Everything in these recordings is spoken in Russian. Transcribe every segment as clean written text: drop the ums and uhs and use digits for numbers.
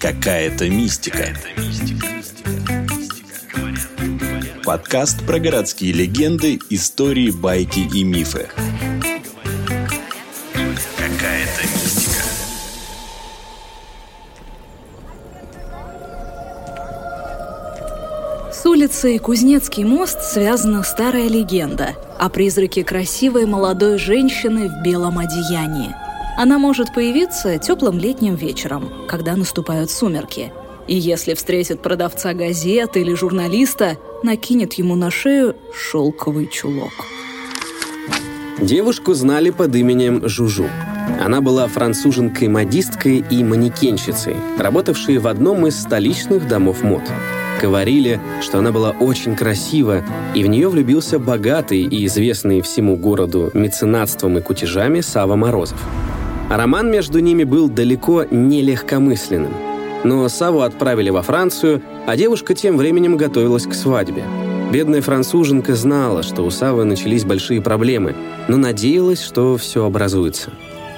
Какая-то мистика. Подкаст про городские легенды, истории, байки и мифы. Какая-то мистика. С улицей Кузнецкий мост связана старая легенда о призраке красивой молодой женщины в белом одеянии. Она может появиться теплым летним вечером, когда наступают сумерки. И если встретит продавца газет или журналиста, накинет ему на шею шелковый чулок. Девушку знали под именем Жужу. Она была француженкой-модисткой и манекенщицей, работавшей в одном из столичных домов мод. Говорили, что она была очень красива, и в нее влюбился богатый и известный всему городу меценатством и кутежами Савва Морозов. Роман между ними был далеко не легкомысленным. Но Савву отправили во Францию, а девушка тем временем готовилась к свадьбе. Бедная француженка знала, что у Саввы начались большие проблемы, но надеялась, что все образуется.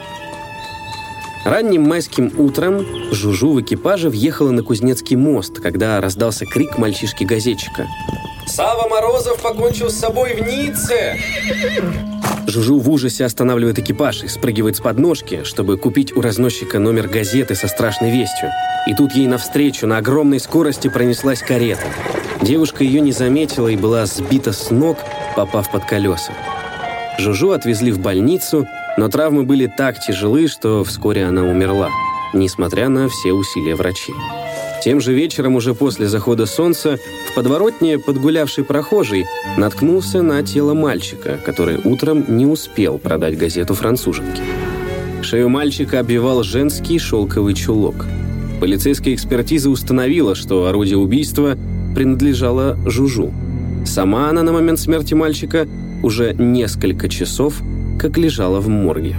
Ранним майским утром Жужу в экипаже въехала на Кузнецкий мост, когда раздался крик мальчишки-газетчика. «Савва Морозов покончил с собой в Ницце!» Жужу в ужасе останавливает экипаж и спрыгивает с подножки, чтобы купить у разносчика номер газеты со страшной вестью. И тут ей навстречу на огромной скорости пронеслась карета. Девушка ее не заметила и была сбита с ног, попав под колеса. Жужу отвезли в больницу, но травмы были так тяжелы, что вскоре она умерла, несмотря на все усилия врачей. Тем же вечером, уже после захода солнца, в подворотне подгулявший прохожий наткнулся на тело мальчика, который утром не успел продать газету француженке. Шею мальчика обвивал женский шелковый чулок. Полицейская экспертиза установила, что орудие убийства принадлежало Жужу. Сама она на момент смерти мальчика уже несколько часов как лежала в морге.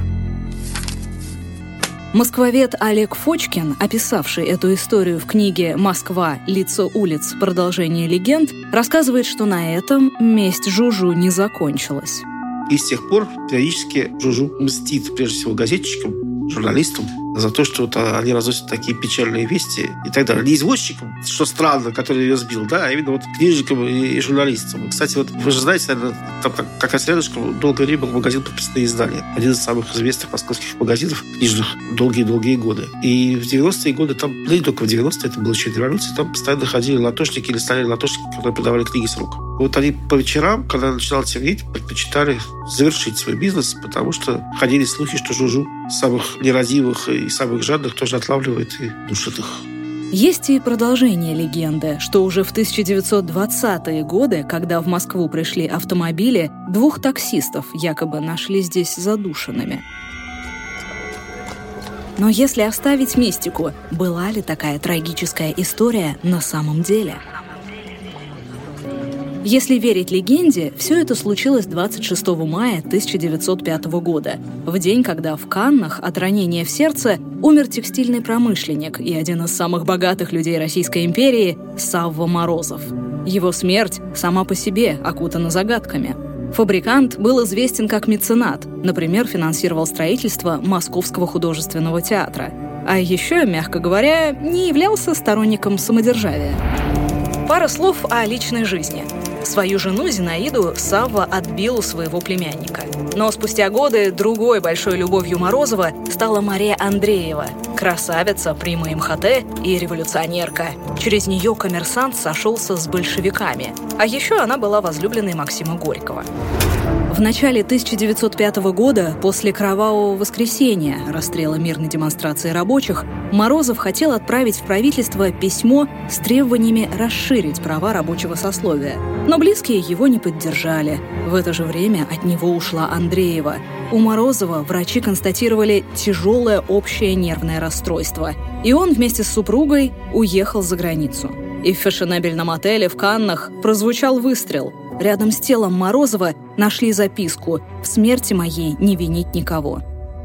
Москвовед Олег Фочкин, описавший эту историю в книге «Москва. Лицо улиц. Продолжение легенд», рассказывает, что на этом месть Жужу не закончилась. И с тех пор периодически Жужу мстит, прежде всего, газетчикам, журналистам за то, что они разносят такие печальные вести и так далее. Не извозчикам, что странно, который ее сбил, да, а именно книжникам и журналистам. Кстати, вы же знаете, наверное, там как раз рядышком долгое время был магазин «Прописные издания». Один из самых известных московских магазинов книжных долгие-долгие годы. И в 90-е годы там, да не только в 90-е, это было еще и революция, там постоянно ходили латошники или стояли латошники, которые продавали книги с рук. Вот они по вечерам, когда начинало темнеть, предпочитали завершить свой бизнес, потому что ходили слухи, что Жужу самых нерадивых и самых жадных тоже отлавливает и душит их. Есть и продолжение легенды, что уже в 1920-е годы, когда в Москву пришли автомобили, 2 таксистов якобы нашли здесь задушенными. Но если оставить мистику, была ли такая трагическая история на самом деле? Если верить легенде, все это случилось 26 мая 1905 года, в день, когда в Каннах от ранения в сердце умер текстильный промышленник и один из самых богатых людей Российской империи Савва Морозов. Его смерть сама по себе окутана загадками. Фабрикант был известен как меценат, например, финансировал строительство Московского художественного театра. А еще, мягко говоря, не являлся сторонником самодержавия. Пара слов о личной жизни. Свою жену Зинаиду Савва отбил у своего племянника. Но спустя годы другой большой любовью Морозова стала Мария Андреева, красавица, прима МХТ и революционерка. Через нее коммерсант сошелся с большевиками. А еще она была возлюбленной Максима Горького. В начале 1905 года, после Кровавого воскресенья, расстрела мирной демонстрации рабочих, Морозов хотел отправить в правительство письмо с требованиями расширить права рабочего сословия. Но близкие его не поддержали. В это же время от него ушла Андреева. У Морозова врачи констатировали тяжелое общее нервное расстройство. И он вместе с супругой уехал за границу. И в фешенебельном отеле в Каннах прозвучал выстрел. Рядом с телом Морозова нашли записку «В смерти моей не винить никого».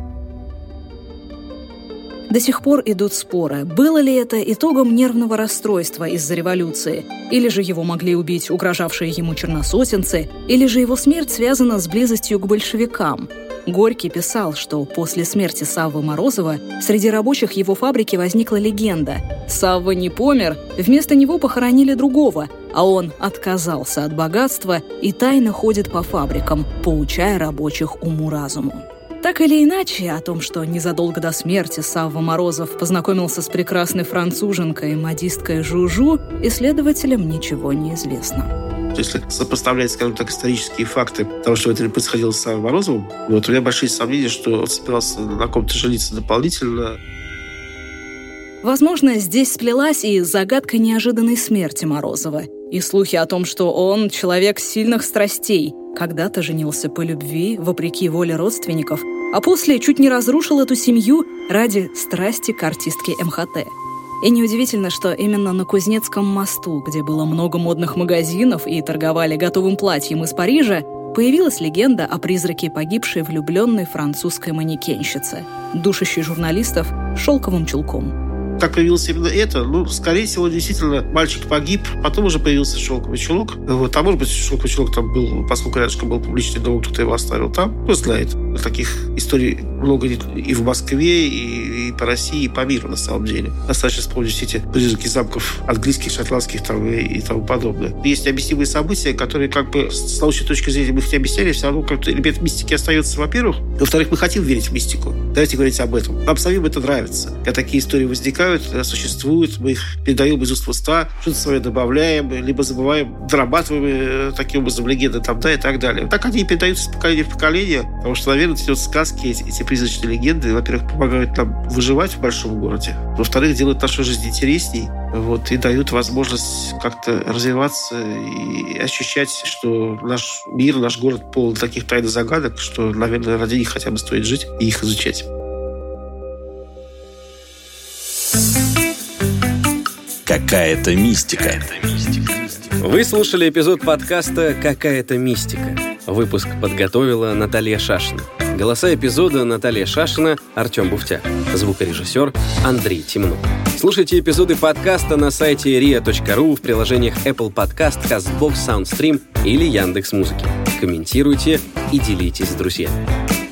До сих пор идут споры, было ли это итогом нервного расстройства из-за революции, или же его могли убить угрожавшие ему черносотенцы, или же его смерть связана с близостью к большевикам. Горький писал, что после смерти Саввы Морозова среди рабочих его фабрики возникла легенда. Савва не помер, вместо него похоронили другого, а он отказался от богатства и тайно ходит по фабрикам, поучая рабочих уму-разуму. Так или иначе, о том, что незадолго до смерти Савва Морозов познакомился с прекрасной француженкой, модисткой Жужу, исследователям ничего не известно. Если сопоставлять, скажем так, исторические факты того, что это происходило с Саввой Морозовым, у меня большие сомнения, что он собирался на ком-то жениться дополнительно. Возможно, здесь сплелась и загадка неожиданной смерти Морозова, и слухи о том, что он человек сильных страстей, когда-то женился по любви, вопреки воле родственников, а после чуть не разрушил эту семью ради страсти к артистке МХТ. И неудивительно, что именно на Кузнецком мосту, где было много модных магазинов и торговали готовым платьем из Парижа, появилась легенда о призраке погибшей влюбленной французской манекенщицы, душащей журналистов шелковым чулком. Как появилось именно это? Скорее всего, действительно, мальчик погиб, потом уже появился шелковый чулок. А может быть, шелковый чулок там был, поскольку рядышком был публичный дом, кто-то его оставил там. Кто знает. Таких историй много и в Москве, и по России, и по миру, на самом деле. Достаточно вспомнить все эти призраки замков английских, шотландских там, и тому подобное. Есть необъяснимые события, которые, с научной точки зрения, мы их не объясняли, все равно как-то элемент мистики остается, во-первых. Во-вторых, мы хотим верить в мистику. Давайте говорить об этом. Нам самим это нравится. Когда такие истории возникают, существуют, мы их передаем из уст в уста, что-то свое добавляем, либо забываем, дорабатываем таким образом легенды и так далее. Так они и передаются из поколения в поколение, потому что, наверное, эти сказки, эти призрачные легенды, во-первых, помогают нам выживать в большом городе, во-вторых, делают нашу жизнь интересней, и дают возможность как-то развиваться и ощущать, что наш мир, наш город полон таких тайн и загадок, что, наверное, ради них хотя бы стоит жить и их изучать. Какая-то мистика. Вы слушали эпизод подкаста «Какая-то мистика». Выпуск подготовила Наталья Шашина. Голоса эпизода Наталья Шашина, Артем Буфтяк. Звукорежиссер Андрей Темнов. Слушайте эпизоды подкаста на сайте ria.ru, в приложениях Apple Podcast, CastBox, SoundStream или Яндекс.Музыки. Комментируйте и делитесь с друзьями.